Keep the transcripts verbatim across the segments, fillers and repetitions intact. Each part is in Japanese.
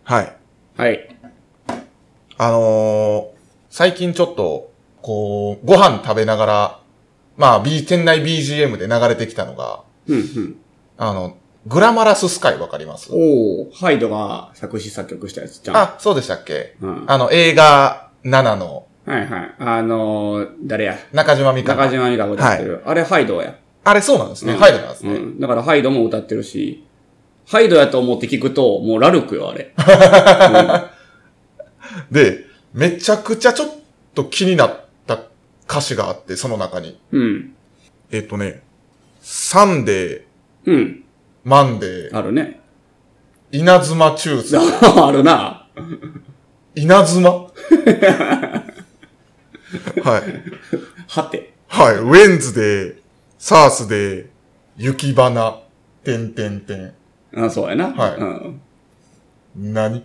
はい。 はい。 あのー、最近ちょっと、こう、ご飯食べながら、まあ、B、店内 ビージーエム で流れてきたのが、 うんうん。 あの、グラマラススカイわかります？ おー、ハイドが作詞作曲したやつじゃん。 あ、そうでしたっけ？ うん。 あの、映画ななの。 はいはい。あのー、誰や？ 中島美嘉。 中島美嘉が歌ってる。はい、あれハイドや。 あれそうなんですね。 うん、 ハイドなんですね、 うん。だからハイドも歌ってるし、ハイドやと思って聞くと、もうラルクよ、あれ。 うん、で、めちゃくちゃちょっと気になった歌詞があって、その中に。 うん。 えっとね、サンデー。 うん。 マンデー。 あるね。 稲妻チューズ。 あるな。 稲妻はい。 はて。 はい。ウェンズデー、サースデー、雪花、てんてんてん。 あ、そうやな。 はい。 うん、 何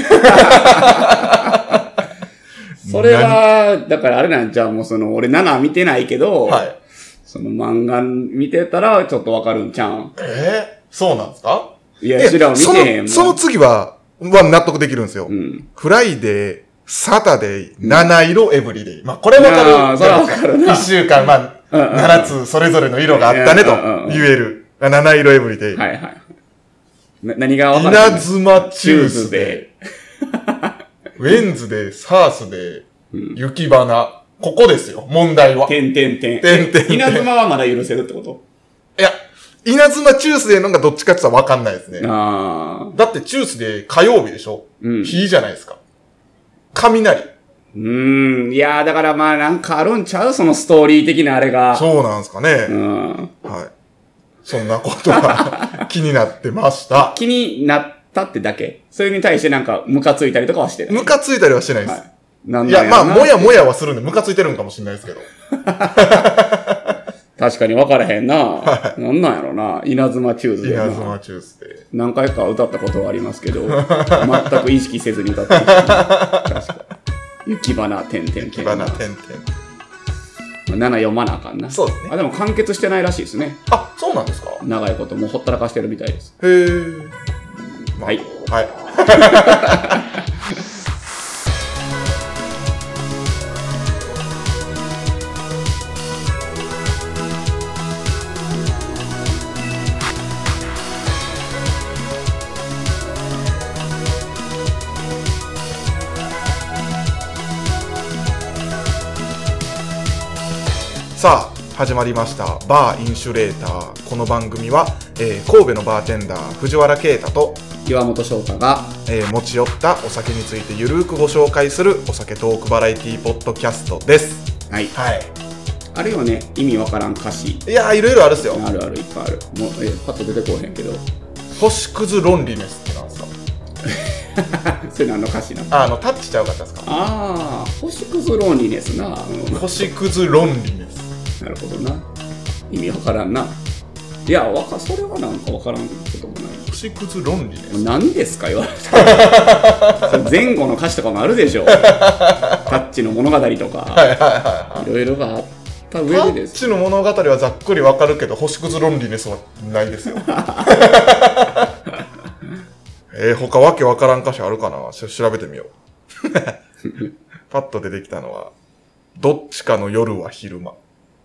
それは、だからあれなんじゃもうその、俺なな見てないけど、 はい。 その漫画見てたらちょっとわかるんちゃうん？ えー、そうなんですか？ いや、知らん、見てへんもん。 その、その次は、は納得できるんですよ。 うん。 フライデー、サタデー、七色エブリデイ。まあ、これわかる。 ああ、それはわかるな。 一週間、まあ、七つそれぞれの色があったねと言える。七色エブリデイ。 はいはい。な、何がわかるの？ 稲妻チューズデー。ウェンズデー、サースデー、うん、雪花。ここですよ、問題は。 てんてんてん。 てんてんてん。 稲妻はまだ許せるってこと？ いや、稲妻チュースデーのがどっちかって言ったらわかんないですね。 あだってチュースデー火曜日でしょ？うん。日じゃないですか。雷。 うーん。いやー、だからまあなんかあるんちゃう？そのストーリー的なあれが。 そうなんですかね。 うん。 はい。そんなことが気になってました。 気になったってだけ？それに対してなんかムカついたりとかはしてない？ ムカついたりはしてないです。はい、 なんいや、まあ、もやもやはするんでムカついてるんかもしれないですけど。 確かに分からへんな。はい、なんなんやろな。稲妻チューズで。 稲妻チューズで。 何回か歌ったことはありますけど、全く意識せずに歌ってました、ね。確かに。雪花、てんてんてん。 雪花、てんてん。 なな読まなあかんな。 そうですね。 あ、でも完結してないらしいですね。 あ、そうなんですか？ 長いこともうほったらかしてるみたいです。 へー。 はい。 はい。さあ始まりましたバーインシュレーター。この番組は、えー、神戸のバーテンダー藤原啓太と岩本翔太が、 えー、持ち寄ったお酒についてゆるーくご紹介するお酒トークバラエティポッドキャストです。 はい、 はい、 あるよね、意味わからん歌詞。 いやーいろいろあるっすよ。 あるある、いっぱいある。もう、えー、パッと出てこうへんけど、 星屑ロンリネスってなんですか？ それ何の歌詞なの？ あのタッチちゃうかったですか？ ああ、星屑ロンリネスな。 星屑ロンリネス。 なるほどな。意味わからんな。いや、わか、それはなんかわからんこともない。 星屑ロンリネス。 何ですか言われたら。前後の歌詞とかもあるでしょ。タッチの物語とか。はいはいはい。いろいろがあった上でです。 タッチの物語はざっくりわかるけど、星屑ロンリネスはないですよ。えー、他わけわからん歌詞あるかな？ちょっと調べてみよう。パッと出てきたのは、どっちかの夜は昼間。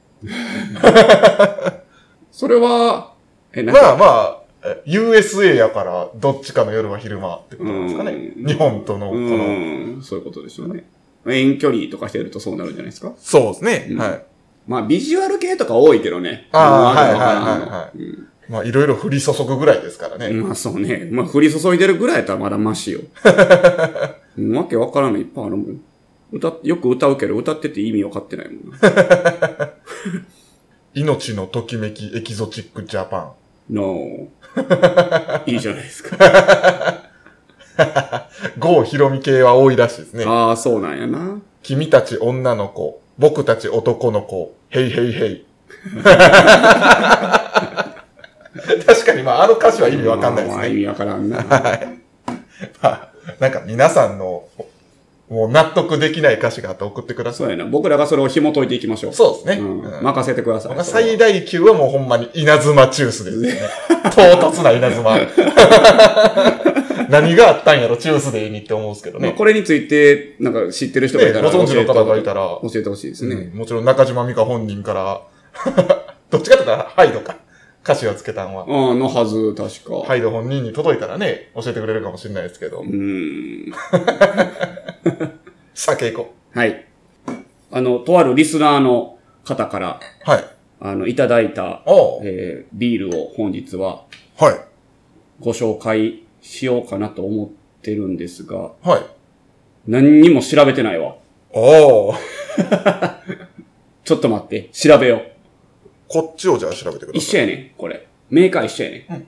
それは、 え、なんかまあまあ、ユーエスエー やから、どっちかの夜は昼間ってことなんですかね。日本との、この。 そういうことでしょうね。遠距離とかしてるとそうなるんじゃないですか。 そうですね。うん、はい。 まあ、ビジュアル系とか多いけどね。 ああ、はいはいはいはい。うん、まあ、いろいろ降り注ぐぐらいですからね。 まあそうね。まあ、降り注いでるぐらいやったらまだマシよ。わけわからんのいっぱいあるもん。歌、よく歌うけど、歌ってて意味わかってないもんな。 命のときめきエキゾチックジャパン。No. いいじゃないですか。 郷ひろみ系は多いらしいですね。 ああ、そうなんやな。 君たち女の子、僕たち男の子、ヘイヘイヘイ。確かにまあ、あの歌詞は意味わかんないですね。まあ、 意味わからんな。 はい。まあ、なんか皆さんの、もう納得できない歌詞があって送ってください。 そうやな。僕らがそれを紐解いていきましょう。 そうですね。 うん、任せてください。 最大級はもうほんまに稲妻チュースですね。唐突な稲妻。 何があったんやろ、チュースデーにって思うんですけどね。 まあ、これについて、なんか知ってる人がいたら、 ね、ご存知の方がいたら、 教えてほしいですね、 うん。もちろん中島美嘉本人から、どっちかって言ったら、ハイドか。歌詞をつけたんは。 ああ、のはず、確か。 ハイド本人に届いたらね、教えてくれるかもしれないですけど。 うーん。 酒行こはい。あの、とあるリスナーの方から、 う。はい。 あの、いただいた、 おうえー、ビールを本日ははい。 ご紹介しようかなと思ってるんですが、 はい。 何にも調べてないわ。 おー。 ちょっと待って、調べよう。 こっちをじゃあ調べてください。 一緒やねん、これ。メーカー一緒やねん。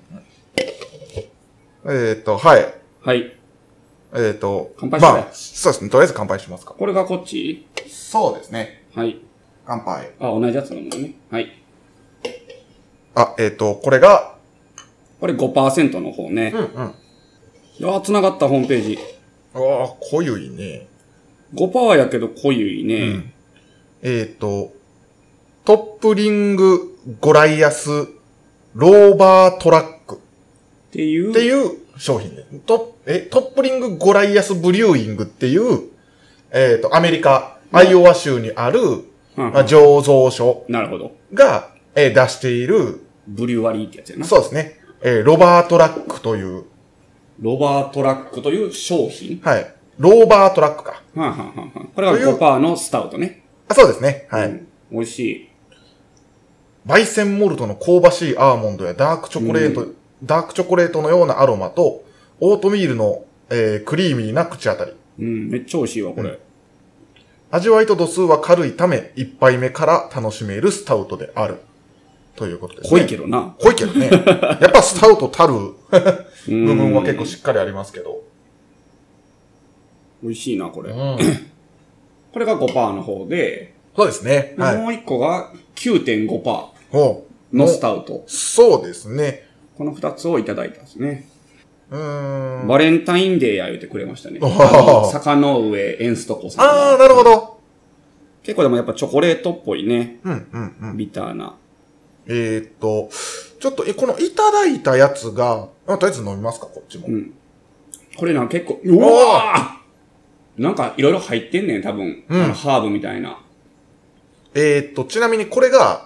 えっと、はい。 はい。 えっと、 乾杯しようまあ、そうですね。とりあえず乾杯しますか。 これがこっちそうですね。 はい。 乾杯。 あ、同じやつのものね。はい。 あ、えっと、これが、 これ ごパーセント の方ね。 うんうん。 あー、繋がったホームページ。 うわあ、濃ゆいね。 ごパーセント やけど濃ゆいね。 うん、えっと、トップリングゴライアスローバートラックっていう。 っていう商品で。トえトップリングゴライアスブリューイングっていう、えっと、アメリカ、アイオワ州にある、まあ、醸造所なるほど。 が、えー、出している、 ブリュワリーってやつやな。 そうですね。えー、ロバートラックという。 ロバートラックという商品。 はい。ローバートラックか。 はあ、はあはあ、これが ごパーセント のスタウトね。 あ、そうですね。はい、うん。 美味しい。 焙煎モルトの香ばしいアーモンドやダークチョコレート、うん、ダークチョコレートのようなアロマと、オートミールの、えー、クリーミーな口当たり。 うん、めっちゃ美味しいわ、これ。うん、 味わいと度数は軽いため、一杯目から楽しめるスタウトである。ということですね。 濃いけどな。 濃いけどね。やっぱスタウトたる部分は結構しっかりありますけど。 美味しいな、これ。 うん、 これが ごパーセント の方で、 そうですね。 はい、もう一個が きゅうてんごパーセント のスタウト。 そうですね。 この二つをいただいたんですね。 うーん。 バレンタインデーや言うてくれましたね。あの坂の上エンストコさん。 ああ、なるほど。 結構でもやっぱチョコレートっぽいね。 うんうんうん。 ビターな。 えー、っと、ちょっと、このいただいたやつが、とりあえず飲みますか、こっちも。 うん。これなんか結構、うわーなんかいろいろ入ってんねん、多分。うん、あのハーブみたいな。 えー、っと、ちなみにこれが、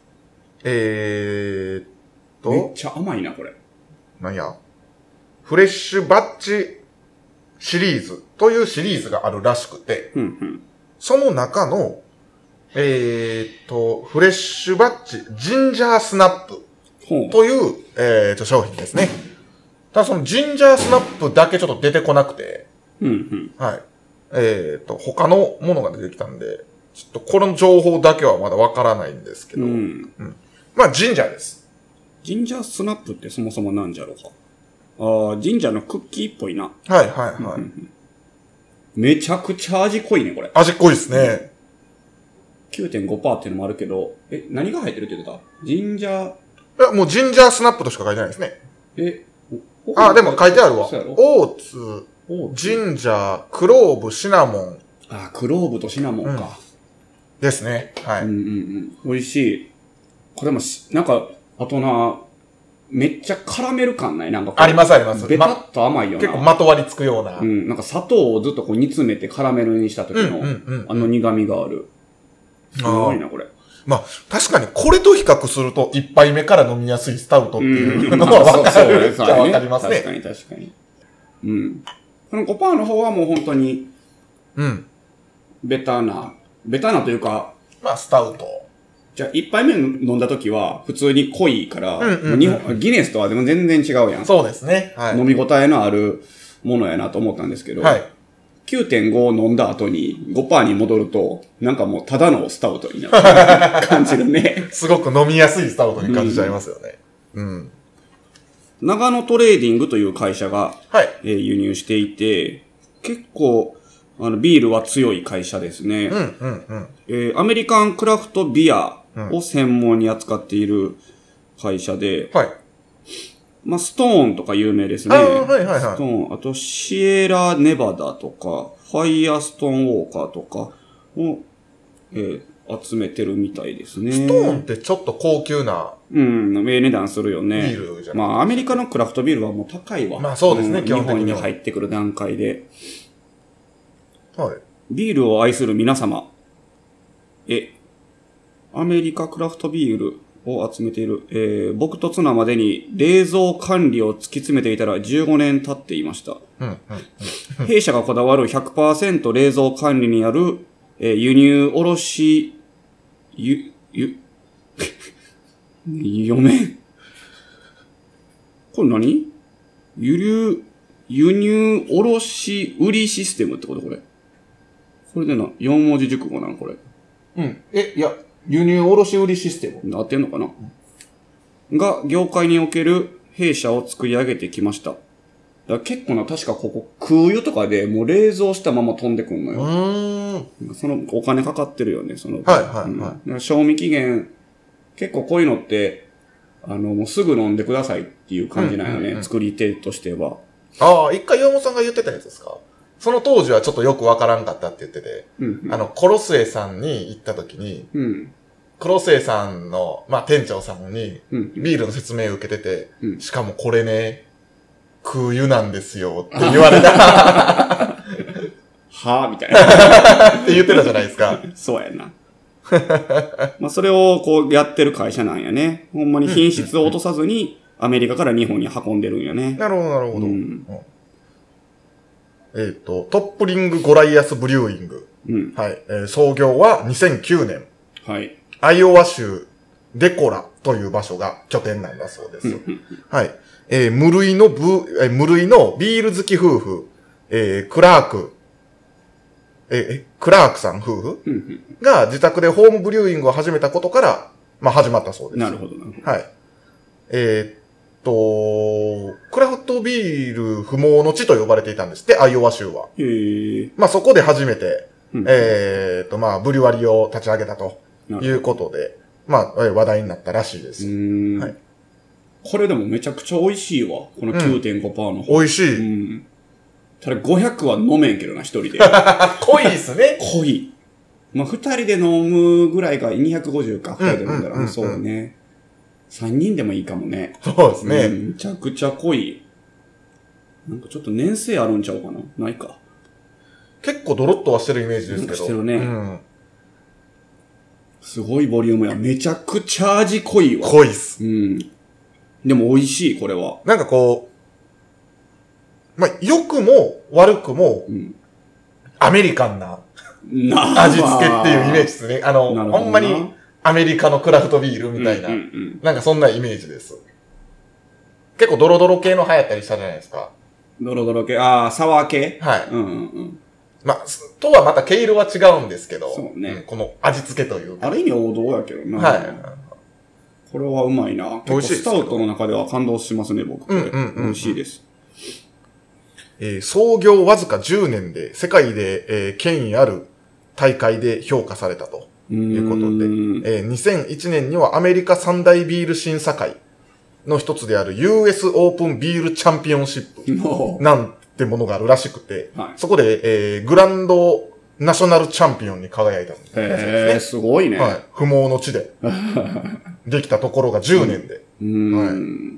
えー、っと。 めっちゃ甘いな、これ。 なんや。フレッシュバッチシリーズというシリーズがあるらしくて、 うんうん、 その中の、えー、っと、フレッシュバッチジンジャースナップという、えー、っと商品ですね。ただそのジンジャースナップだけちょっと出てこなくて、 うんうん、 はい。えー、っと、他のものが出てきたんで、ちょっとこの情報だけはまだわからないんですけど、 うんうん、まあジンジャーです。 ジンジャースナップってそもそもなんじゃろうか。ああ、ジンジャーのクッキーっぽいな。 はいはいはい。 めちゃくちゃ味濃いね、これ。 味濃いですね。 きゅうてんごパーセント っていうのもあるけど、え、何が入ってるって言ってた？ジンジャー。 いや、もうジンジャースナップとしか書いてないですね。 え、 あ、でも書いてあるわ。オーツ、ジンジャー、クローブ、シナモン。 あ、クローブとシナモンか。うん、 ですね。はい。 うんうんうん。美味しい。これもし、なんか、あとな、めっちゃカラメル感ないなんかありますあります。 ベタッと甘いよな。 結構まとわりつくような。 うん。なんか砂糖をずっとこう煮詰めてカラメルにした時の、あの苦味がある。すごいな、これ。 まあ、確かにこれと比較すると、一杯目から飲みやすいスタウトっていうのはわかる。じゃわかりますね。 確かに確かに。うん。この ごパーセント の方はもう本当に、 うん。 ベタな、ベタなというか、 まあ、スタウト。 じゃあ、一杯目飲んだ時は、普通に濃いから、 うんうんうん、 日本ギネスとはでも全然違うやん。 そうですね。はい、 飲み応えのあるものやなと思ったんですけど、 はい、 きゅうてんご を飲んだ後に ごパーセント に戻ると、なんかもうただのスタウトになる感じるね。 すごく飲みやすいスタウトに感じちゃいますよね。うん。うん、 長野トレーディングという会社が、 はい、 えー、輸入していて、結構、あの、ビールは強い会社ですね。 うん、うん、うん。 えー、アメリカンクラフトビアを専門に扱っている会社で、 はい。 まあ、ストーンとか有名ですね。 ああ、はいはいはい。 ストーン、あと、シエラネバダとか、ファイアストーンウォーカーとかを、えー、 集めてるみたいですね。 ストーンってちょっと高級な。 うん、ええ値段するよね。 ビールじゃない。 まあ、アメリカのクラフトビールはもう高いわ。 まあそうですね、 うん、基本的に。日本に入ってくる段階で。 はい。 ビールを愛する皆様。え、アメリカクラフトビールを集めている。えー、僕とツナまでに冷蔵管理を突き詰めていたらじゅうごねん経っていました。 うんうん、 弊社がこだわる ひゃくパーセント 冷蔵管理にある、えー、輸入卸、ゆ、ゆ、読めん。これ何輸入、輸入卸売りシステムってことこれ。これでな、よん文字熟語なんこれ。 うん。え、いや、輸入卸売システム。 合ってんのかな、うん、が、業界における弊社を作り上げてきました。だから結構な、確かここ、空輸とかでもう冷蔵したまま飛んでくんのよ。 うーん。 そのお金かかってるよね、その。 はいはいはい。 うん、賞味期限、結構こういうのって、あの、もうすぐ飲んでくださいっていう感じなんよね、うんうんうん、作り手としては。 ああ、一回岩本さんが言ってたやつですか？その当時はちょっとよくわからんかったって言ってて、うんうん、あの、コロスエさんに行った時に、うん、コロスエさんの、まあ、店長さんに、ビールの説明を受けてて、うん、しかもこれね、空輸なんですよって言われた。 はぁみたいな。 って言ってたじゃないですか。 そうやな。まあ、それをこうやってる会社なんやね。ほんまに品質を落とさずに、アメリカから日本に運んでるんやね。 なるほど、なるほど。うん、えっ、ー、と、トップリングゴライアスブリューイング。うん、はい、えー。創業はにせんきゅうねん。 はい。 アイオワ州デコラという場所が拠点なんだそうです。はい。えー、無類のブ、えー、無類のビール好き夫婦、えー、クラーク、えー、クラークさん夫婦が自宅でホームブリューイングを始めたことから、まあ始まったそうです。 なるほど、なるほど。 はい。えー、っと、クラフトビール不毛の地と呼ばれていたんですって、アイオワ州は。 へー。 まあそこで初めて、うん、えー、っと、まあブリュワリーを立ち上げたということで、まあ話題になったらしいです。はい。 これでもめちゃくちゃ美味しいわ。この きゅうてんごパーセント の方。 うん、美味しい。 うん。ただごひゃくは飲めんけどな、一人で。 濃いですね。 濃い。まあ、二人で飲むぐらいがにひゃくごじゅうか、二人で飲んだら、うんうんうんうん、そうね。三人でもいいかもね。 そうですね、 うん。めちゃくちゃ濃い。なんかちょっと年数あるんちゃうかな？ないか。 結構ドロッとはしてるイメージですけど。 してるね。うん。すごいボリュームや。めちゃくちゃ味濃いわ。 濃いっす。 うん。でも美味しい、これは。 なんかこう、まあ、良くも悪くも、うん、アメリカンな味付けっていうイメージですね。あの、ほんまにアメリカのクラフトビールみたいな、うんうんうん、なんかそんなイメージです。結構ドロドロ系の流行ったりしたじゃないですか。 ドロドロ系、ああ、サワー系？ はい。 うんうんうん。 まあ、とはまた毛色は違うんですけど、 そうね、 うん、この味付けというか。 ある意味王道やけどな。 はい。 これはうまいな。 美味しいです。 スタウトの中では感動しますね、僕。これ。うんうんうんうん、美味しいです。 えー、創業わずかじゅうねんで世界で、えー、権威ある大会で評価されたということで、えー、にせんいちねんにはアメリカ三大ビール審査会の一つである ユーエス オープンビールチャンピオンシップなんてものがあるらしくて、はい、そこで、えー、グランドナショナルチャンピオンに輝いたんですね。 へー、すごいね。 はい。不毛の地で。できたところがじゅうねんで。 うん。 はい。うん。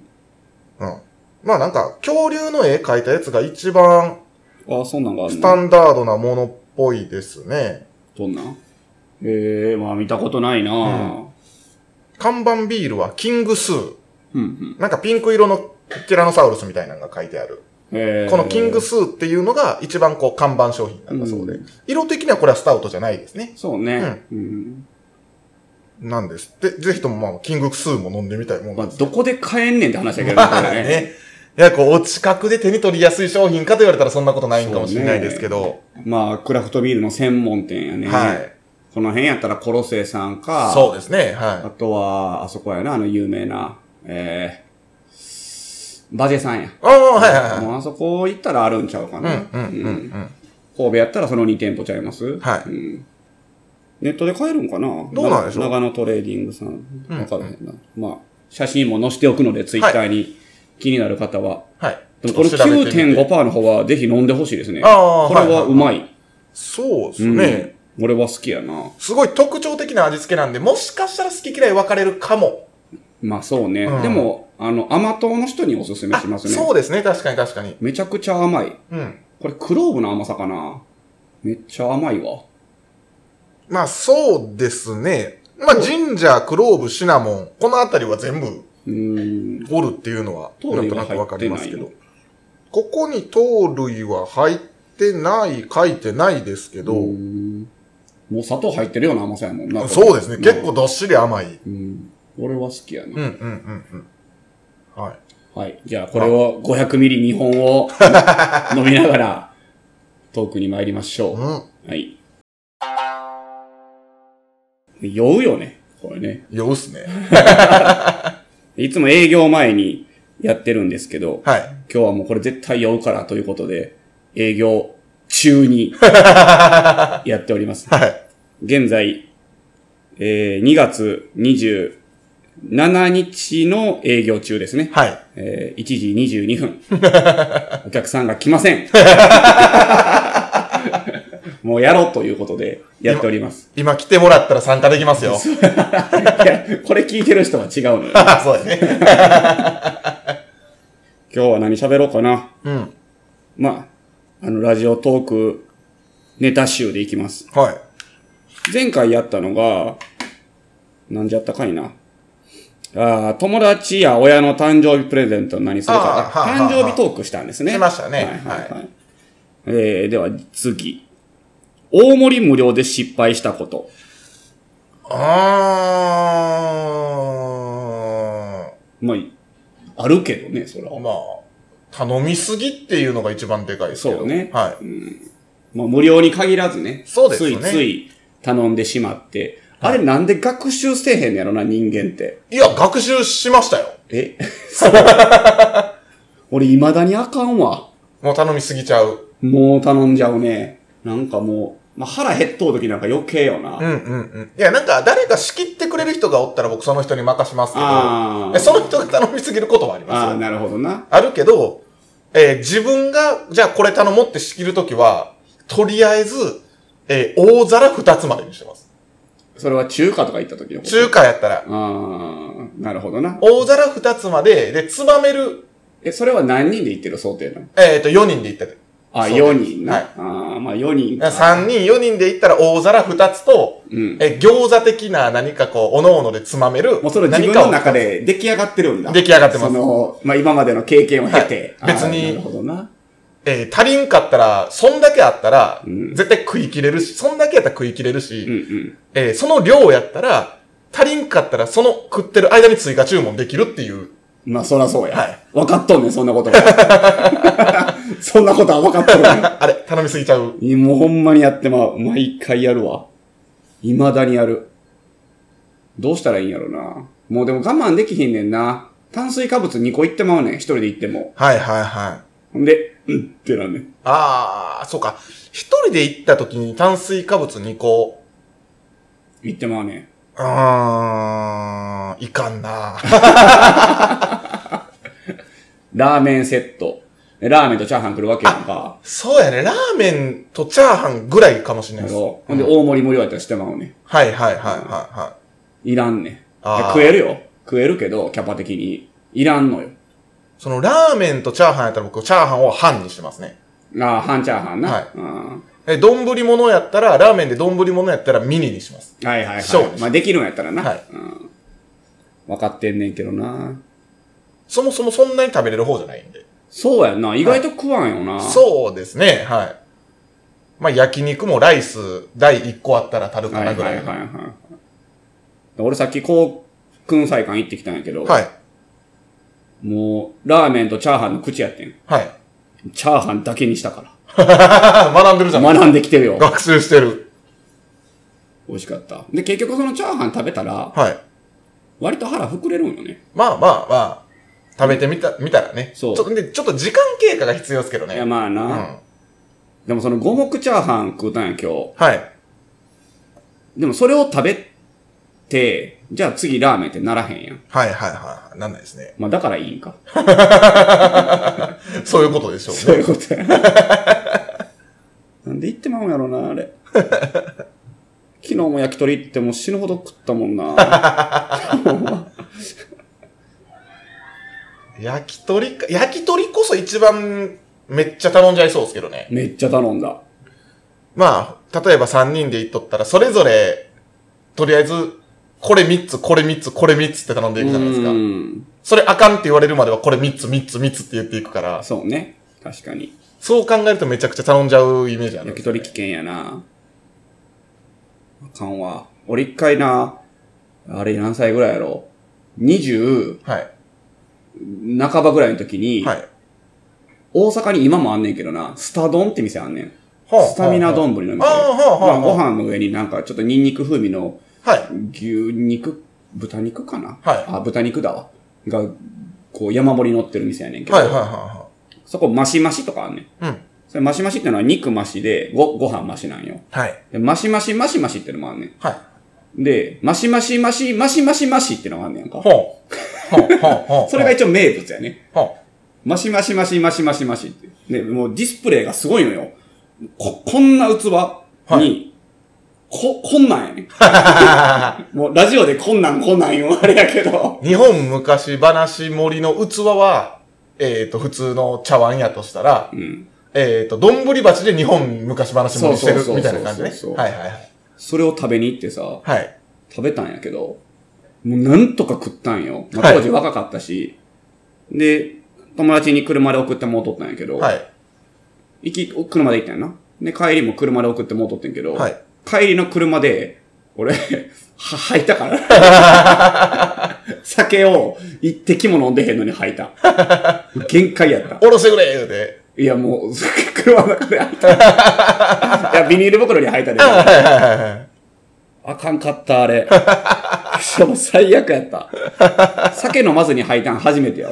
まあなんか、恐竜の絵描いたやつが一番、 あ、そんなんがあるの？ スタンダードなものっぽいですね。 どんな？ええー、まあ見たことないな、うん、 看板ビールはキングスー。 うんうん、 なんかピンク色のティラノサウルスみたいなのが書いてある。 えー、 このキングスーっていうのが一番こう看板商品なんだそうで、うん、色的にはこれはスタウトじゃないですね。 そうね。うん。 うん、なんですって。ぜひともまあ、キングスーも飲んでみたいもんなんです。まあ、どこで買えんねんって話だけどね。 まあね。いや、こう、お近くで手に取りやすい商品かと言われたらそんなことないんかもしれないですけど。 ね、まあ、クラフトビールの専門店やね。 はい。 この辺やったらコロセイさんか。 そうですね。はい。 あとは、あそこやな、あの有名な、えー、バジェさんや。 ああ、はいはいはい。 もうあそこ行ったらあるんちゃうかな。 うん、うん、うん、うん。 神戸やったらそのに店舗ちゃいます？ はい。 うん、ネットで買えるんかな？ どうなんでしょう？ 長野トレーディングさん。わからへんな。うん、まあ、写真も載せておくので、ツイッターに気になる方は。 はい。 でもこれ きゅうてんごパーセント の方はぜひ飲んでほしいですね。 ああ、 これはうまい。 はいはいはい、そうですね、 う俺は好きやな。 すごい特徴的な味付けなんで、もしかしたら好き嫌い分かれるかも。 まあそうね。うん、でも、あの、甘党の人におすすめしますね。 そうですね。確かに確かに。 めちゃくちゃ甘い。 うん。 これクローブの甘さかな。めっちゃ甘いわ。 まあそうですね。まあジンジャー、クローブ、シナモン、このあたりは全部、うん、おるっていうのは、なんとなくわかりますけど。ここに糖類は入ってない、書いてないですけど、 うんもう砂糖入ってるような甘さやもんな。 そうですね。結構どっしり甘い。 うん、俺は好きやな。 うんうんうんうん。はい。 はい。じゃあこれをごひゃくミリにほんを飲みながらトークに参りましょう。うん、はい。酔うよね。これね。 酔うっすね。 いつも営業前にやってるんですけど、 はい。 今日はもうこれ絶対酔うからということで、営業中にやっております。 はい。 現在、えー、にがつにじゅうしちにちの営業中ですね。 はい。 えー、いちじにじゅうにふん。お客さんが来ません。もうやろうということでやっております。 今、今来てもらったら参加できますよ。いや、これ聞いてる人は違うのよ、ね。 そうですね。 今日は何喋ろうかな。 うん。 まあ、あの、ラジオトークネタ集でいきます。 はい。 前回やったのが、なんじゃったかいな。あ友達や親の誕生日プレゼント何するか。誕生日トークしたんですね。 しましたね。 はいはいはい。はい、えー、では次。大盛り無料で失敗したこと。 あー。まあ、あるけどね、それは。 まあ、頼みすぎっていうのが一番でかいですけど。 そうね。 はい。 うんまあ、無料に限らずね。 そうですね。 ついつい頼んでしまって。あれなんで学習せえへんのやろな、人間って。 いや、学習しましたよ。 えそう俺未だにあかんわ。 もう頼みすぎちゃう。 もう頼んじゃうね。なんかもう、まあ、腹減っとう時なんか余計よな。 うんうんうん。いや、なんか誰か仕切ってくれる人がおったら僕その人に任しますけど、その人が頼みすぎることはありますよ。 ああ、なるほどな。 あるけど、えー、自分が、じゃあこれ頼もうって仕切るときは、とりあえず、えー、大皿二つまでにしてます。 それは中華とか行った時のこと？ 中華やったら。 ああ、なるほどな。 大皿二つまで、で、つまめる。 え、それは何人で行ってる想定なの？ えっと、よにんで行ったで。 あ、よにんな。 はい。 ああ、まあよにんか。 さんにん、よにんで行ったら大皿二つと、うん、え、餃子的な何かこう、おのおのでつまめる。 もうそれ自分の中で出来上がってるんだ。 出来上がってます。 その、まあ今までの経験を経て。 はい、別に。 なるほどな。 えー、足りんかったら、そんだけあったら、うん、絶対食い切れるし、そんだけやったら食い切れるし、 うんうんえー、その量やったら、足りんかったら、その食ってる間に追加注文できるっていう。 まあ、そらそうや。 はい。 分かっとんねん、そんなことは。そんなことは分かっとるねん。 あれ、頼みすぎちゃう。 もうほんまにやってまう。毎回やるわ。未だにやる。どうしたらいいんやろな。もうでも我慢できひんねんな。炭水化物にこいってまうねん、一人で行っても。 はいはいはい。 んで、うんってなんねん。 ああ、そうか。一人で行った時に炭水化物にこ。 行ってまうねん。 あー、いかんなラーメンセット。ラーメンとチャーハン来るわけやんか。 そうやね。ラーメンとチャーハンぐらいかもしれないです。 ほんで、大盛り無料やったらしてまうねん。 はいはいはいはいはい。 いらんねん。食えるよ。食えるけど、キャパ的に。いらんのよ。 そのラーメンとチャーハンやったら僕、チャーハンを半にしてますね。 ああ、半チャーハンな。 はい。え、丼物やったら、ラーメンで丼物やったらミニにします。 はいはいはい。まあできるんやったらな。 はい。 うん。分かってんねんけどな。 そもそもそんなに食べれる方じゃないんで。 そうやんな。意外と食わんよな。 はい、そうですね。はい。まあ焼肉もライスだいいっこあったら足るかなぐらい。はいはいはい、はい。 俺さっきこう、燻菜館行ってきたんやけど。 はい。 もう、ラーメンとチャーハンの口やってん。 はい。 チャーハンだけにしたから。 学んでるじゃん。 学んできてるよ。 学習してる。 美味しかった。で、結局そのチャーハン食べたら、 はい。 割と腹膨れるんよね。 まあまあまあ、食べてみた、見たらね。 そう。 ちょっと、で、ちょっと時間経過が必要ですけどね。 いや、まあな。うん。でもその五目チャーハン食うたんや、今日。 はい。でもそれを食べて、じゃあ次ラーメンってならへんやん。 はいはいはい。なんないですね。 まあだからいいんか。 そういうことでしょうね。 そういうことや。なんで言ってまうんやろな、あれ。 昨日も焼き鳥ってもう死ぬほど食ったもんな。 焼き鳥か、焼き鳥こそ一番めっちゃ頼んじゃいそうですけどね。 めっちゃ頼んだ。 まあ、例えばさんにんで行っとったら、それぞれ、とりあえず、これみっつ、これみっつ、これみっつって頼んでいくじゃないですか。それあかんって言われるまではこれみっつ、みっつ、みっつって言っていくから。 そうね。確かに。 そう考えるとめちゃくちゃ頼んじゃうイメージある、ね。 焼き鳥危険やな。あかんわ。俺一回な、あれ何歳ぐらいやろ ?にじゅう、はい。半ばぐらいの時に、はい。大阪に今もあんねんけどな、スタ丼って店あんねん。はあ、スタミナ丼の店。ああ、はあ、はあ。まあ、ご飯の上になんかちょっとニンニク風味の、はい。牛肉、豚肉かなはい。あ、豚肉だわ。が、こう山盛り乗ってる店やねんけど。はい、はい、はい。そこ、マシマシとかあんねん。うん。それマシマシってのは肉マシで、ご、ご飯マシなんよ。はい。で、マシマシマシマシってのもあんねん。はい。で、マシマシマシマシマシマシってのがあんねんか。ほう。ほう、ほう、ほう。それが一応名物やね。ほう。マシマシマシマシマシマシって。ね、もうディスプレイがすごいのよ。こ、こんな器に、はい、こ、こんなんやね。もうラジオでこんなんこんなん言うあれやけど。 日本昔話盛りの器は、えっと、普通の茶碗やとしたら、うん、えっと、丼鉢で日本昔話盛りしてるみたいな感じね。はいはいはい。 それを食べに行ってさ、はい、食べたんやけど、もうなんとか食ったんよ。まあ、当時若かったし、はい、で、友達に車で送ってもうとったんやけど、はい、行き、車で行ったんやな。で、帰りも車で送ってもうとってんけど、はい、帰りの車で、俺、は、吐いたから。酒を一滴も飲んでへんのに吐いた。限界やった。 おろしてくれ言うて。 いや、もう、車の中で吐いた。いや、ビニール袋に吐いたで。あかんかった、あれ。しかも最悪やった。酒飲まずに吐いたん初めてや。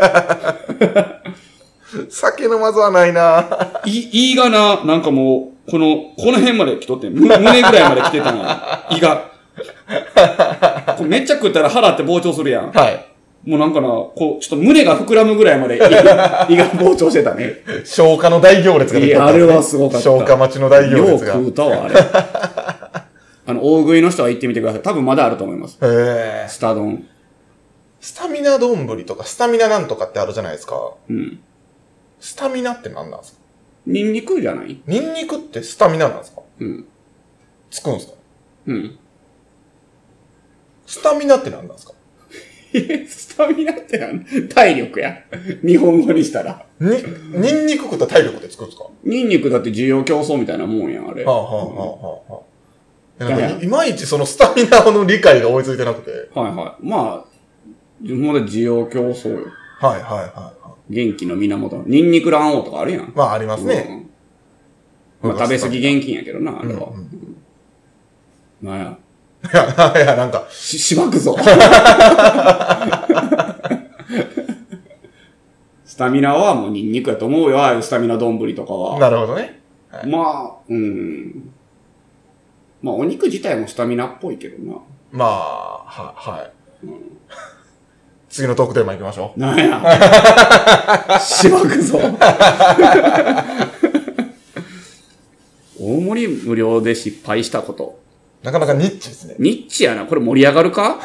酒飲まずはないな。 い、胃がな、なんかもう、この、この辺まで来とってん。胸ぐらいまで来てたんや。胃が。めっちゃ食ったら腹って膨張するやん。はい。もうなんかな、こう、ちょっと胸が膨らむぐらいまで胃が膨張してたね。 消化の大行列が出てた、ね。いや、あれはすごかった。 消化待ちの大行列が。 よう食うたわ、あれ。あの、大食いの人は行ってみてください。多分まだあると思います。へー。スタ丼。 スタミナ丼とかスタミナなんとかってあるじゃないですか。うん。スタミナって何なんですか？ ニンニクじゃない？ ニンニクってスタミナなんですか？うん。つくんですか？うん。スタミナって何なんですか？ スタミナって何？体力や。日本語にしたら。 に、ニンニク食ったら体力ってつくんですか？ ニンニクだって需要競争みたいなもんやん、あれ。はあ、はあはあはあ、なんかいまいちそのスタミナの理解が追いついてなくて。 はいはい。まあ、もう需要競争よ。 はいはいはい。 元気の源。ニンニク卵黄とかあるやん。 まあありますね。 うん、まあ食べ過ぎ現金やけどな、あれは。うんうん、なんや。 いや、いや、なんか。 し、しばくぞ。スタミナはもうニンニクやと思うよ、スタミナ丼とかは。 なるほどね。 はい、まあ、うん。まあお肉自体もスタミナっぽいけどな。 まあ、は、はい。うん、次のトークテーマ行きましょう。 なんや。しばくぞ。大盛り無料で失敗したこと。 なかなかニッチですね。 ニッチやな。これ盛り上がるか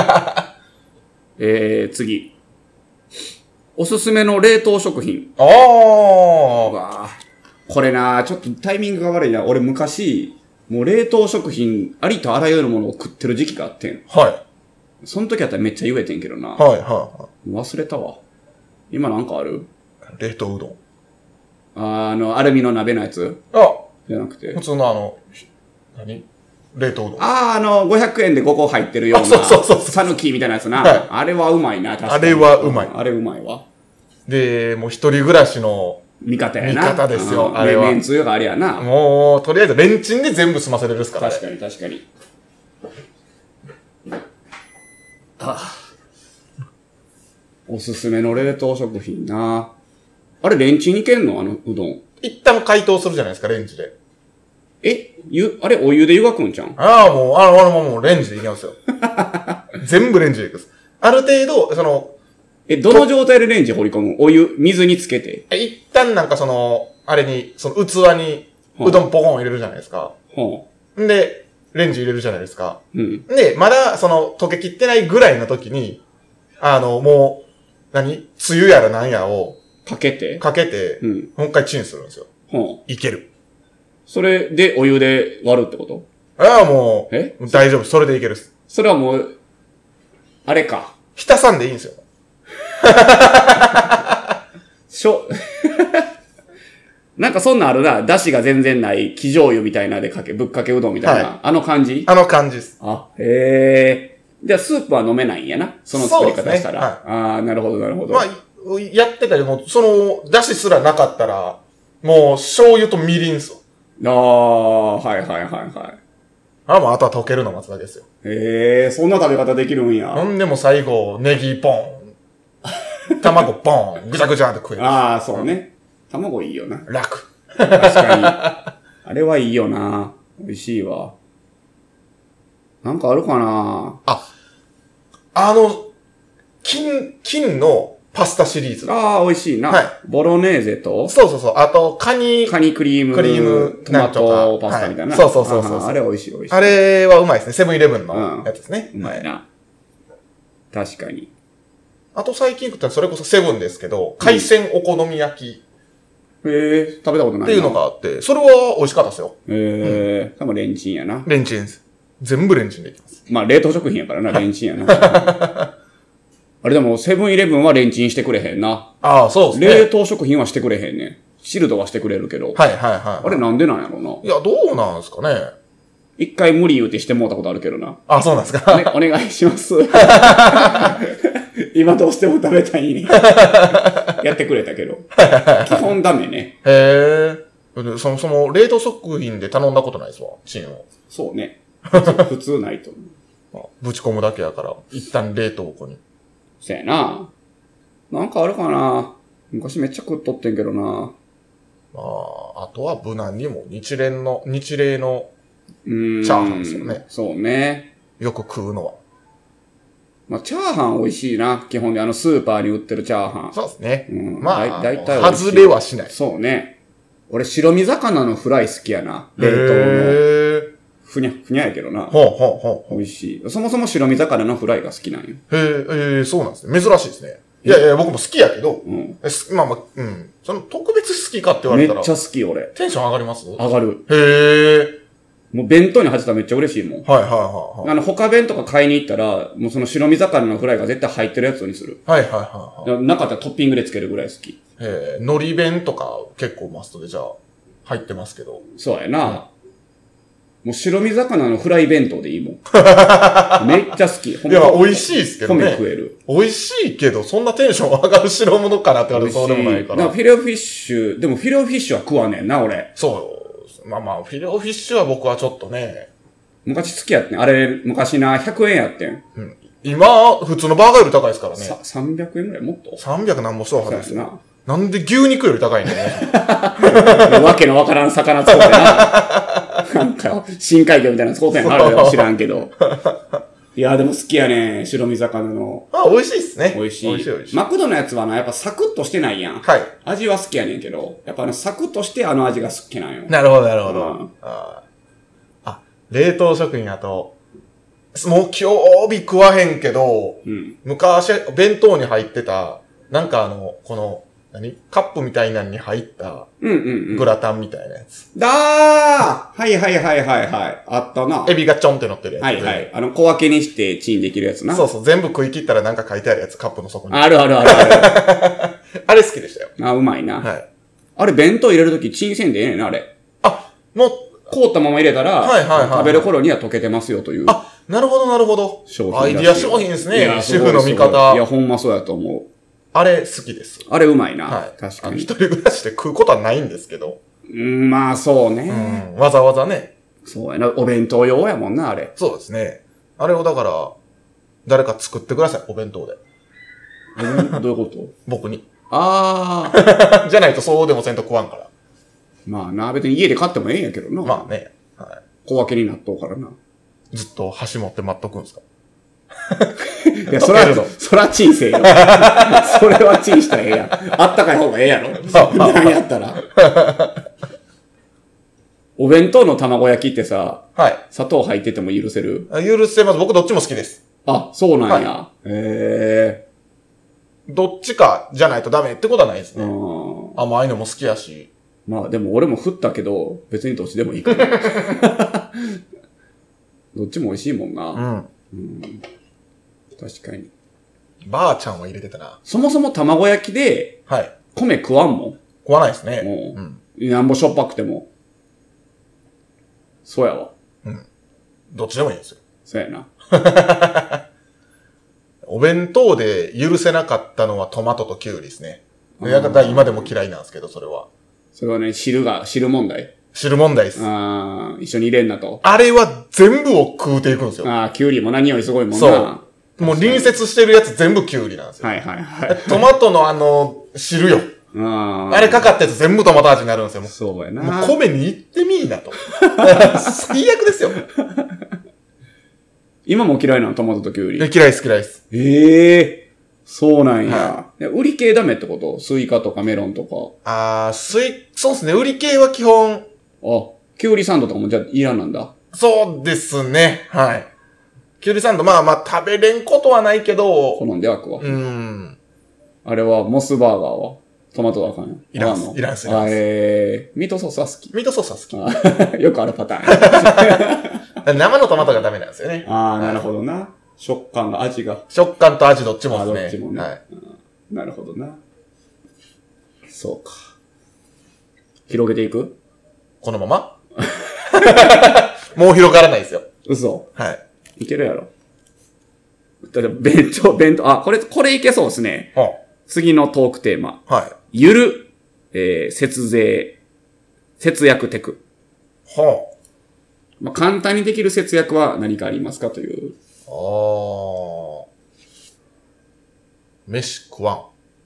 えー、次。おすすめの冷凍食品。ああ。わあ。これな、ちょっとタイミングが悪いな。俺昔、もう冷凍食品、ありとあらゆるものを食ってる時期があってん。はい。その時やったらめっちゃ言えてんけどな。はい、はい。忘れたわ。今なんかある？ 冷凍うどん。 あ, あの、アルミの鍋のやつ？ あじゃなくて。 普通のあの、何？冷凍うどん。 ああ、あの、ごひゃくえんでごこ入ってるような。 そうそうそう。 サヌキみたいなやつな。はい、あれはうまいな、確かに。 あれはうまい。 あれうまいわ。 で、もう一人暮らしの、 味方やな。 味方ですよ、あれは。 めんつゆがあれやな。 もう、とりあえずレンチンで全部済ませれるっすから。 確かに確かに。ああ。おすすめの冷凍食品な。あれレンチンいけんの？あのうどん。 一旦解凍するじゃないですか、レンジで。 えゆ、あれお湯で湯がくんじゃん？ ああ、もう、あの、もうレンジでいきますよ。全部レンジでいくです。ある程度、その、 え、どの状態でレンジ掘り込む？お湯、水につけて。 え、一旦なんかその、あれに、その器に、うどんポコン入れるじゃないですか。はあ、んで、 レンジ入れるじゃないですか。 うん。 で、まだ、その、溶けきってないぐらいの時に、あの、もう、何つゆやらなんやを、 かけてかけて、 うん。 もう一回チンするんですよ。 ほう。 いける。 それでお湯で割るってこと？ ああ、もう、 え大丈夫。それでいけるっす。 それはもう、あれか。 浸さんでいいんですよ。 しょ、なんかそんなんあるな。出汁が全然ない、生醤油みたいなでかけ、ぶっかけうどんみたいな。 はい、 あの感じあの感じです。 あ、へえ。じゃあスープは飲めないんやな。その作り方したら。 はい、 ああ、なるほど、なるほど。 まあ、やってたりも、その、出汁すらなかったら、もう、醤油とみりんっすよ。 ああ、はいはいはいはい。 あ、もうあとは溶けるの待つだけですよ。 へえ、そんな食べ方できるんや。 ほんでも最後、ネギポン。卵ポン。ぐちゃぐちゃって食える。 ああ、そうね。卵いいよな。 楽。 確かに。あれはいいよな。美味しいわ。なんかあるかなあ、あの、金、金のパスタシリーズ。 ああ、美味しいな。 はい。 ボロネーゼとそうそうそう。あと、カニ。 カニクリーム。 クリーム。 トマトパスタみたいな。 はい、そうそうそうそう。 あ, あれ美味しい美味しい。 あれはうまいですね。セブンイレブンのやつですね。 うん、うまいな。確かに。 あと最近食ったらそれこそセブンですけど、海鮮お好み焼き。 へえ、食べたことないな。 っていうのがあって、それは美味しかったですよ。 へえ、多分レンチンやな。 レンチンです。全部レンチンできます。 まあ冷凍食品やからな、レンチンやな。あれでも、セブンイレブンはレンチンしてくれへんな。 ああ、そうですね。 冷凍食品はしてくれへんね。チルドはしてくれるけど。 はいはいはい。 あれなんでなんやろな。 いや、どうなんですかね。 一回無理言うてしてもうたことあるけどな。 あ、そうなんですか。 ね、お願いします。今どうしても食べたいに。やってくれたけど。基本ダメね。 へえ。そもそも冷凍食品で頼んだことないですわ、チンを。 そうね。普通ないと思う。ぶち込むだけやから、一旦冷凍庫に。 そやな。なんかあるかな。昔めっちゃ食っとってんけどな。 まあ、あとは無難にも日連の、日例のチャーハンですよね。 そうね。 よく食うのは。 まあ、チャーハン美味しいな。基本であのスーパーに売ってるチャーハン。 そうですね。 うん、 まあ、 だいたい外れはしない。 そうね。俺白身魚のフライ好きやな。冷凍の。ふにゃ、ふにゃやけどな。 ほうほうほう。 美味しい。そもそも白身魚のフライが好きなんよ。 へえ、えー、そうなんですね。珍しいですね。いやいや、僕も好きやけど、 うん。 まあまあ、うん。その特別好きかって言われたら。 めっちゃ好き、俺。 テンション上がります？ 上がる。 へえ。 もう弁当に入ってたらめっちゃ嬉しいもん。 はいはいはい、はい。 あの、他弁とか買いに行ったら、もうその白身魚のフライが絶対入ってるやつにする。 はいはいはいはい。 なかったらトッピングでつけるぐらい好き。 へえ、海苔弁とか結構マストでじゃあ入ってますけど。 そうやな。うん、もう白身魚のフライ弁当でいいもん。めっちゃ好き。 いや、美味しいですけどね。 米食える。 美味しいけど、そんなテンション上がる白物かなって言われるとそうでもないから。 だからフィレオフィッシュ、でもフィレオフィッシュは食わねんな、俺。 そう。まあまあ、フィレオフィッシュは僕はちょっとね。 昔好きやってん。あれ、昔な、ひゃくえんやってん。 うん。今、普通のバーガーより高いですからね。 さ、さんびゃくえんぐらいもっと ? さんびゃく 何もしたはずですよ。 な。 なんで牛肉より高いねわけのわからん魚使うてな。なんか、深海魚みたいな使うてんあるよ、知らんけど。いや、でも好きやね、白身魚の。 あ、美味しいっすね。 美味しい。 美味しい美味しい。 マクドのやつはな、やっぱサクッとしてないやん。 はい。 味は好きやねんけど、やっぱあの、サクッとしてあの味が好きなんよ。 なるほど、なるほど。 うん、 ああ、冷凍食品やと、もう今日日食わへんけど、 うん、 昔、弁当に入ってた、なんかあの、この、何カップみたいなのに入った、 うんうんうん。 グラタンみたいなやつ。 だーはいはいはいはいはい。あったな。 エビがちょんって乗ってるやつ。 はいはい。あの、小分けにしてチンできるやつな。 そうそう。全部食い切ったらなんか書いてあるやつ、カップの底に。 あるあるあるある。 あれ好きでしたよ。 あ、うまいな。 はい。 あれ弁当入れるときチンせんでええねんな、あれ。 あ、もう、 凍ったまま入れたら、 はいはいはい。 食べる頃には溶けてますよという。 あ、なるほどなるほど。 商品。 アイディア商品ですね。シェフの味方。 いや、ほんまそうやと思う。 あれ好きです。 あれうまいな。 はい。 確かに。 一人暮らしで食うことはないんですけど。 うん、まあそうね。 うん。わざわざね。 そうやな。お弁当用やもんな、あれ。 そうですね。あれをだから、誰か作ってください、お弁当で。 どういうこと僕に。 ああ。じゃないとそうでもせんと食わんから。 まあな、別に家で買ってもええんやけどな。 まあね。はい。 小分けになっとうからな。 ずっと箸持って待っとくんですかいや、そら、そらチンせえよ。それはチンしたらええやん。あったかい方がええやろ。何やったら。 お弁当の卵焼きってさ、 はい。 砂糖入ってても許せる？ 許せます。僕どっちも好きです。 あ、そうなんや。 はへえ。どっちかじゃないとダメってことはないですー。 ね。 うん。 甘いのも好きやし。 まあでも俺も振ったけど、別にどっちでもいいかな。どっちも美味しいもんな。 うん。 うん、確かに。 ばあちゃんは入れてたな。 そもそも卵焼きで、 はい。 米食わんもん。 食わないですね。 もう、 うん。 なんぼしょっぱくても。そうやわ。 うん。どっちでもいいですよ。 そうやな。 お弁当で許せなかったのはトマトとキュウリですね。やだ今でも嫌いなんですけど、それは。 それはね、汁が、汁問題。 汁問題です。 ああ、一緒に入れんなと。 あれは全部を食うていくんですよ。 ああ、キュウリも何よりすごいもんな。 そう。もう隣接してるやつ全部キュウリなんですよ。 はいはいはい。 トマトのあの、汁よ。 ああれかかったやつ全部トマト味になるんですよ。もうそうやな。 もう米に行ってみーなと。最悪ですよ。 今も嫌いなのトマトとキュウリ。 嫌いです嫌いです。 ええー、そうなんや。 は売り系ダメってこと？スイカとかメロンとか。 あー、スイ、そうですね。売り系は基本。 あ、キュウリサンドとかもじゃあいらんなんだ。 そうですね。はい。キュウリサンド、まあまあ食べれんことはないけど。 好んではくわ。 うん。 あれは、モスバーガーはトマトはあかんよ。 いらんす。いらんす。いらんす。 えー、ミートソースは好き。 ミートソースは好き。よくあるパターン。生のトマトがダメなんですよね。 ああ、なるほどな。食感が、味が。 食感と味どっちもですね。 どっちもね。 はい。 なるほどな。そうか。広げていく？ このままもう広がらないですよ。 嘘。 はい。 いけるやろ。だって弁当、弁当、あ、これ、これいけそうですね。 はあ、 次のトークテーマ。 はい。 ゆる、えー、節税、節約テク。 はあ。 まあ、簡単にできる節約は何かありますかという。 ああ。飯食わん。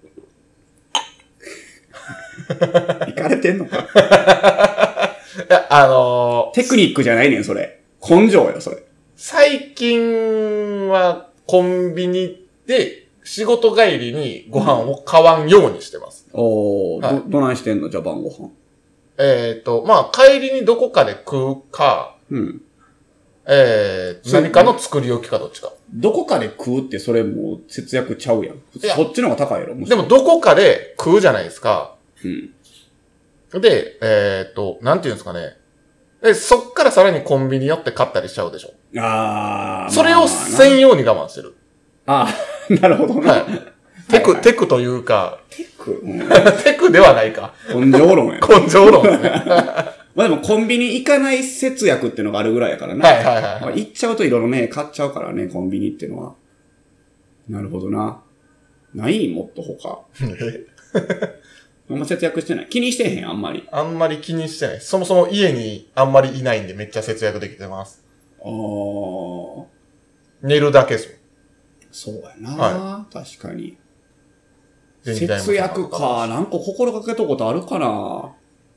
いかれてんのかいや、あのー、テクニックじゃないねん、それ。根性よ、それ。 最近はコンビニで仕事帰りにご飯を買わんようにしてます。 うん、おー、 はい、 ど、どないしてんのじゃあ晩ご飯。 えっ、ー、と、まあ、帰りにどこかで食うか、 うん。 えー、何かの作り置きかどっちか。 どこかで食うってそれもう節約ちゃうやん。そっちの方が高いやろ。もでもどこかで食うじゃないですか。 うん。 で、えっ、ー、と、なんていうんですかね。で、そっからさらにコンビニ寄って買ったりしちゃうでしょ。 ああ。 それを専用に我慢してる。 ああ、なるほどな。 はい。テク、はいはい、テクというか。 テク、うん、 テクではないか。 根性論や。 根性論ですね。 まあでもコンビニ行かない節約っていうのがあるぐらいやからね。 はいはいはい、はい。 まあ、行っちゃうといろいろね、買っちゃうからね、コンビニっていうのは。なるほどな。ないもっと他。あんま節約してない。気にしてへん、あんまり。 あんまり気にしてない。そもそも家にあんまりいないんでめっちゃ節約できてます。 ああ。 寝るだけです。 そうやな、 はい、 確かに。 節約か。なんか心がけたことあるかな。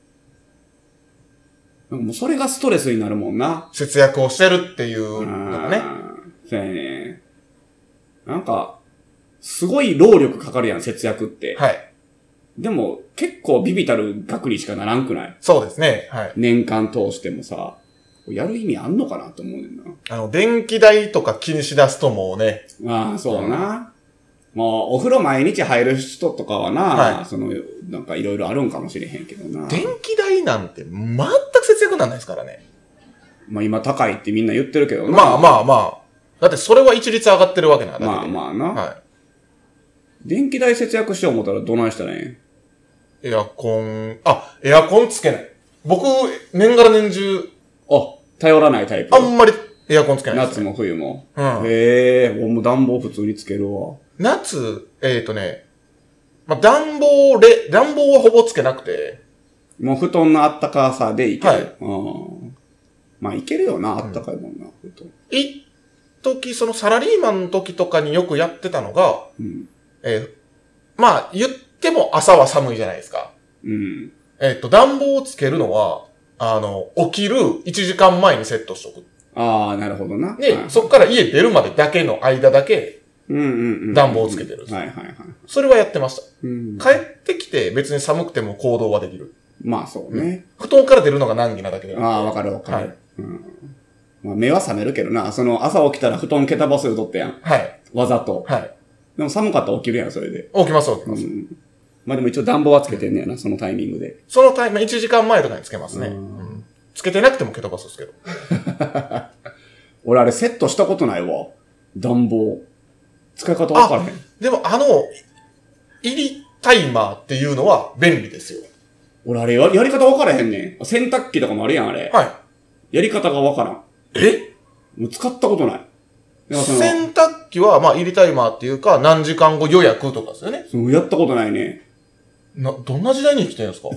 なんかもうそれがストレスになるもんな。 節約をしてるっていうのがね。 そうやね。なんか、すごい労力かかるやん、節約って。 はい。 でも、結構ビビたる額にしかならんくない？ そうですね。はい。 年間通してもさ、やる意味あんのかなと思うねんな。 あの、電気代とか気にしだすともうね。 ああ、そうな。うん、もう、お風呂毎日入る人とかはな、はい、その、なんかいろいろあるんかもしれへんけどな。 電気代なんて全く節約なんないですからね。 まあ今高いってみんな言ってるけどな。 まあまあまあ。だってそれは一律上がってるわけなんだけど。 まあまあな。 はい。 電気代節約しよう思ったらどないしたらええん？ エアコン、あ、エアコンつけない。僕、年がら年中。 あ、頼らないタイプ。 あんまりエアコンつけないです、ね。夏も冬も。 うん。 へえ、もう暖房普通につけるわ。 夏、えっ、ー、とね、まあ、暖房で、暖房はほぼつけなくて。 もう布団のあったかさでいける。はい。 うん。 まあいけるよな、あったかいもんな、 うん、布団。一時、そのサラリーマンの時とかによくやってたのが、うん、えー、まあ言っても朝は寒いじゃないですか。 うん。 えっ、ー、と、暖房をつけるのは、あの、起きるいちじかんまえにセットしとく。 ああ、なるほどな。 で、はいはい、そっから家出るまでだけの間だけ、 うんうんうん。 暖房をつけてる。 はいはいはい。 それはやってました。 うん、 帰ってきて別に寒くても行動はできる。 まあそうね。 布団から出るのが難儀なだけで。 ああ、わかるわかる。はい。うん、まあ、目は覚めるけどな。その朝起きたら布団蹴飛ばすよとってやん。 はい。 わざと。 はい。 でも寒かったら起きるやん、それで。 起きます起きます。うん、 まあでも一応暖房はつけてんねやな、そのタイミングで。 そのタイミング、いちじかんまえとかにつけますね。うん、つけてなくても蹴飛ばすですけど。 俺あれセットしたことないわ。暖房。使い方わからへん。 でもあの、入りタイマーっていうのは便利ですよ。 俺あれや、やり方わからへんねん。洗濯機とかもあるやん、あれ。 はい。 やり方がわからん。 えもう使ったことない。 洗濯機は、まあ、入りタイマーっていうか、何時間後予約とかですよね。 そう、やったことないね。 な、どんな時代に生きてるんですか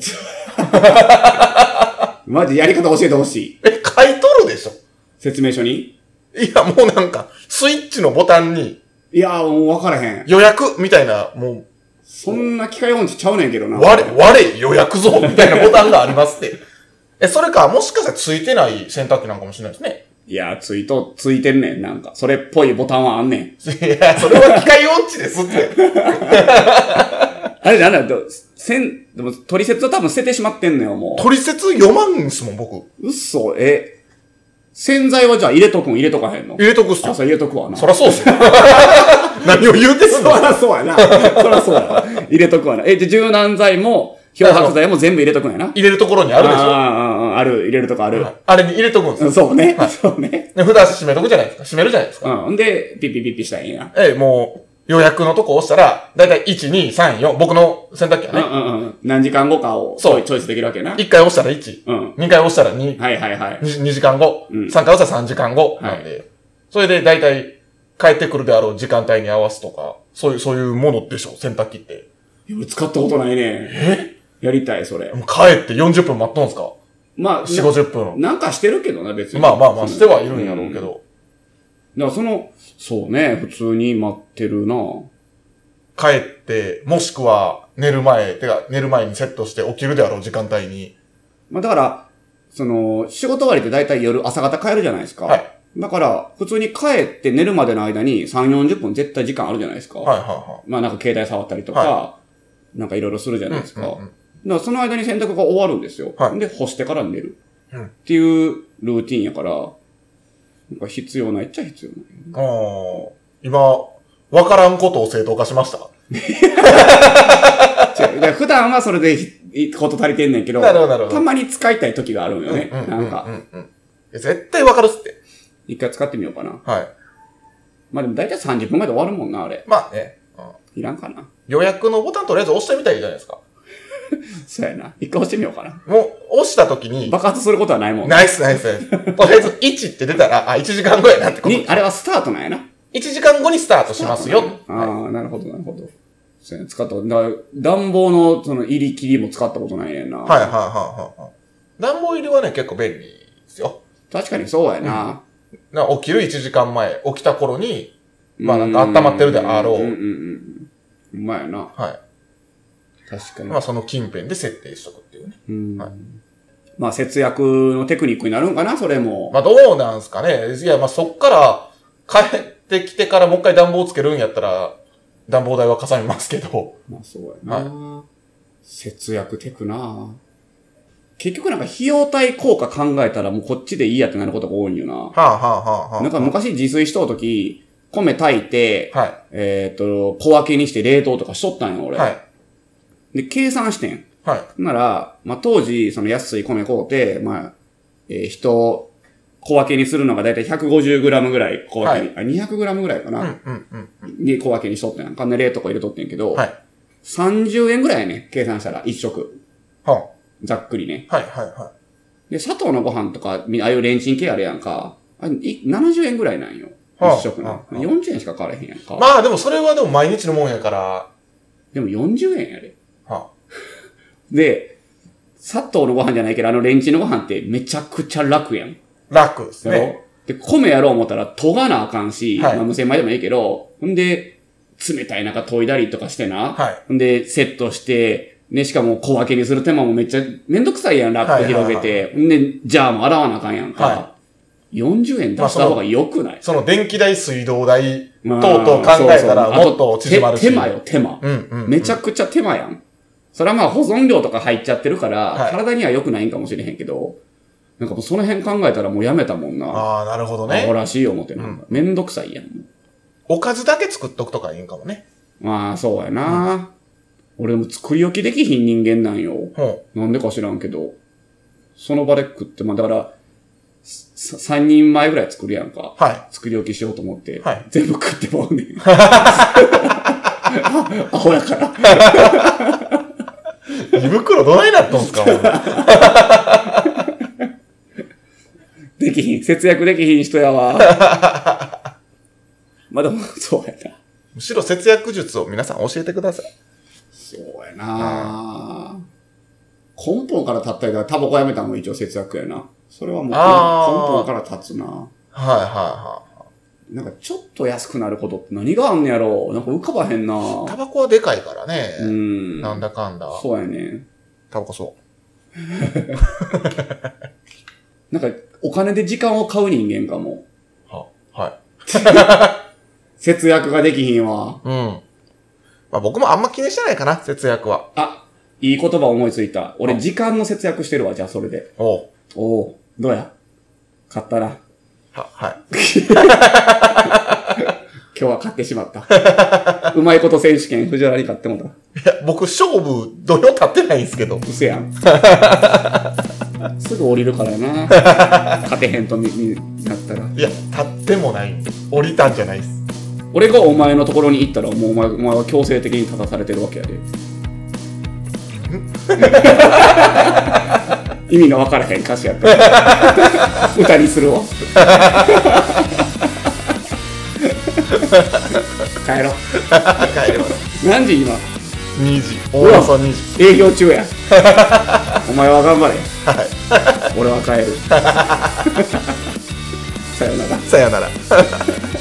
マジやり方教えてほしい。 え、書いとるでしょ説明書にいや、もうなんか、スイッチのボタンに。 いや、もう分からへん。 予約みたいな、もう。 そんな機械音痴ちゃうねんけどな。 我、我、予約ぞみたいなボタンがありますって。え、それか、もしかしたらついてない洗濯機なんかもしれないですね。 いや、ついと、ついてんねん、なんか。それっぽいボタンはあんねん。いや、それは機械音痴ですって。 あれなんだよ、せん、でも、取説は多分捨ててしまってんのよ、もう。 取説読まんすもん、僕。 嘘、え。洗剤はじゃあ入れとくん入れとかへんの入れとくっすよ。 あ、それ入れとくわな。 そらそうっすよ。何を言うてんのそらそうやな。そらそうや。入れとくわな。え、じゃ柔軟剤も、漂白剤も全部入れとくんやな。 入れるところにあるでしょ。 ああ、ある、入れるとこある。 あれに入れとくんですよ。 そうね。そうね。 で、蓋閉めとくじゃないですか。閉めるじゃないですか。 うん。で、ピッピッピッピしたらいいんや。 ええ、もう、予約のとこ押したら、だいたいいち、に、さん、よん、僕の洗濯機はね。 うんうんうん。何時間後かを、そう、チョイスできるわけな。 いっかい押したらいち。 うん。 にかい押したらに。 はいはいはい。 に, にじかんご。うん、さんかい押したらさんじかんご。なんで。はい、それでだいたい帰ってくるであろう時間帯に合わすとか、そういう、そういうものでしょ、洗濯機って。 いや、使ったことないね。 えやりたい、それ。 もう帰ってよんじゅっぷん待っとんすかまあ、よんじゅう、ごじゅっぷん。 なんかしてるけどな、別に。 まあまあまあ、してはいるんやろうけど。 だからその、そうね、普通に待ってるな。 帰って、もしくは寝る前、てか寝る前にセットして起きるであろう時間帯に。 まあだから、その、仕事終わりってだいたい夜、朝方帰るじゃないですか。はい。だから、普通に帰って寝るまでの間にさんじゅう、よんじゅっぷん絶対時間あるじゃないですか。 はいはいはい。 まあなんか携帯触ったりとか、はい、なんかいろいろするじゃないですか。うんうんうん、だからその間に洗濯が終わるんですよ。はい。で、干してから寝る。うん。っていうルーティンやから、なんか必要ないっちゃ必要ない、 ね。ああ。今、わからんことを正当化しました。 違う。普段はそれでこと足りてんねんけど、 なるほどなるほど。 たまに使いたい時があるんよね。うんうんうんうん、なんか。 絶対わかるっすって。 一回使ってみようかな。 はい。 まあでも大体さんじゅっぷんまで終わるもんな、あれ。 まあね。 うん、いらんかな。 予約のボタンとりあえず押してみたらいいじゃないですか。 そうやな。一回押してみようかな。 もう、押した時に。 爆発することはないもんね。 ナイスナイスナイス。とりあえずいちって出たら、あ、いちじかんごやなってこと。 に、あれはスタートなんやな。 いちじかんごにスタートしますよ。 ああ、はい、なるほど、なるほど。そうや、使ったこと、だから、暖房のその入り切りも使ったことないねんな。 はいはいはいはい。暖房入りはね、結構便利ですよ。 確かにそうやな。 うん、な起きるいちじかんまえ、起きた頃に、まあなんか温まってるであろう。うんうんうん。 うまいな。 はい。確かに。まあその近辺で設定しとくっていうね。うん。はい。 まあ節約のテクニックになるんかな、それも。 まあどうなんすかね。いや、まあそっから帰ってきてからもう一回暖房つけるんやったら、暖房代はかさみますけど。 まあそうやな。はい、節約テクな。結局なんか費用対効果考えたらもうこっちでいいやってなることが多いんよな。はあ、はあはあはあ、 なんか昔自炊しとうとき、米炊いて、 はい、 えっ、ー、と、小分けにして冷凍とかしとったんよ、俺。 はい、 で、計算してん。 はい。 なら、まあ、当時、その安い米買うて、まあ、えー、人、小分けにするのがだいたい ひゃくごじゅうグラム ぐらい小分けに、はい、あ、にひゃくグラム ぐらいかな。 うんうんうん。 に小分けにしとってん。かんな冷凍庫入れとってんけど、 はい。 さんじゅうえんぐらいね、計算したら、一食。 はあ、 ざっくりね。 はいはいはい。 で、砂糖のご飯とか、ああいうレンチン系あるやんか。あれ、ななじゅうえんぐらいなんよ。はあ、一食の、はあ。よんじゅうえんしか買われへんやんか。 まあでもそれはでも毎日のもんやから。 でもよんじゅうえんやで。 はあ、 で、砂糖のご飯じゃないけど、あのレンチンのご飯ってめちゃくちゃ楽やん。 楽ですね。 で、米やろう思ったら研がなあかんし、はい、まあ無洗米でもいいけど、ほんで、冷たい中研いだりとかしてな。 はい。 ほんで、セットして、ね、しかも小分けにする手間もめっちゃめんどくさいやん、ラップ広げて。はいはいはい、ほんで、ジャーも洗わなあかんやんか。はい、よんじゅうえん出した方が良くない、まあ、 その、その電気代、水道代、等々考えたらもっと縮まるし。 手間よ、手間。 うんうん、うん。 めちゃくちゃ手間やん。 それはまあ保存料とか入っちゃってるから、 はい、 体には良くないんかもしれへんけど、なんかもうその辺考えたらもうやめたもんな。 ああ、なるほどね。 アホらしい思ってなんか、うん、めんどくさいやん。 おかずだけ作っとくとかいいんかもね。 まあ、そうやな、うん、俺も作り置きできひん人間なんよ。 うん、 なんでか知らんけど。その場で食って、まあだから、さんにんまえぐらい作るやんか。 はい。 作り置きしようと思って。 はい。 全部食ってもうねん。アホやから。 胃袋どないなっとんすかもうできひん。節約できひん人やわ。まあでも、そうやな。 むしろ節約術を皆さん教えてください。 そうやな、うん、根本から立ったりだからタバコやめたのも一応節約やな。それはもう根本から立つな。 はいはいはい。 なんかちょっと安くなることって何があんねやろ。なんか浮かばへんな。 タバコはでかいからね。 うん。 なんだかんだ。 そうやね。 タバコそう。 なんかお金で時間を買う人間かも。 は、はい。 節約ができひんわ。 うん。まあ僕もあんま気にしてないかな、節約は。 あ、いい言葉思いついた。俺時間の節約してるわ、じゃあそれで。 おう。 おう。どうや？買ったな。 は、はい。 今日は買ってしまった。うまいこと選手権、藤原に買ってもらった。 いや、僕勝負、土曜立ってないんですけど。 うせやん。すぐ降りるからな。勝てへんとになったら。 いや、立ってもない。降りたんじゃないっす。 俺がお前のところに行ったら、もうお前、お前は強制的に立たされてるわけやで。意味が分からへん歌詞やった歌にするわ。帰ろう。 帰ります。 何時今？ にじ。およそにじ。 営業中や。お前は頑張れ。 はい。 俺は帰る。さよなら。 さよなら。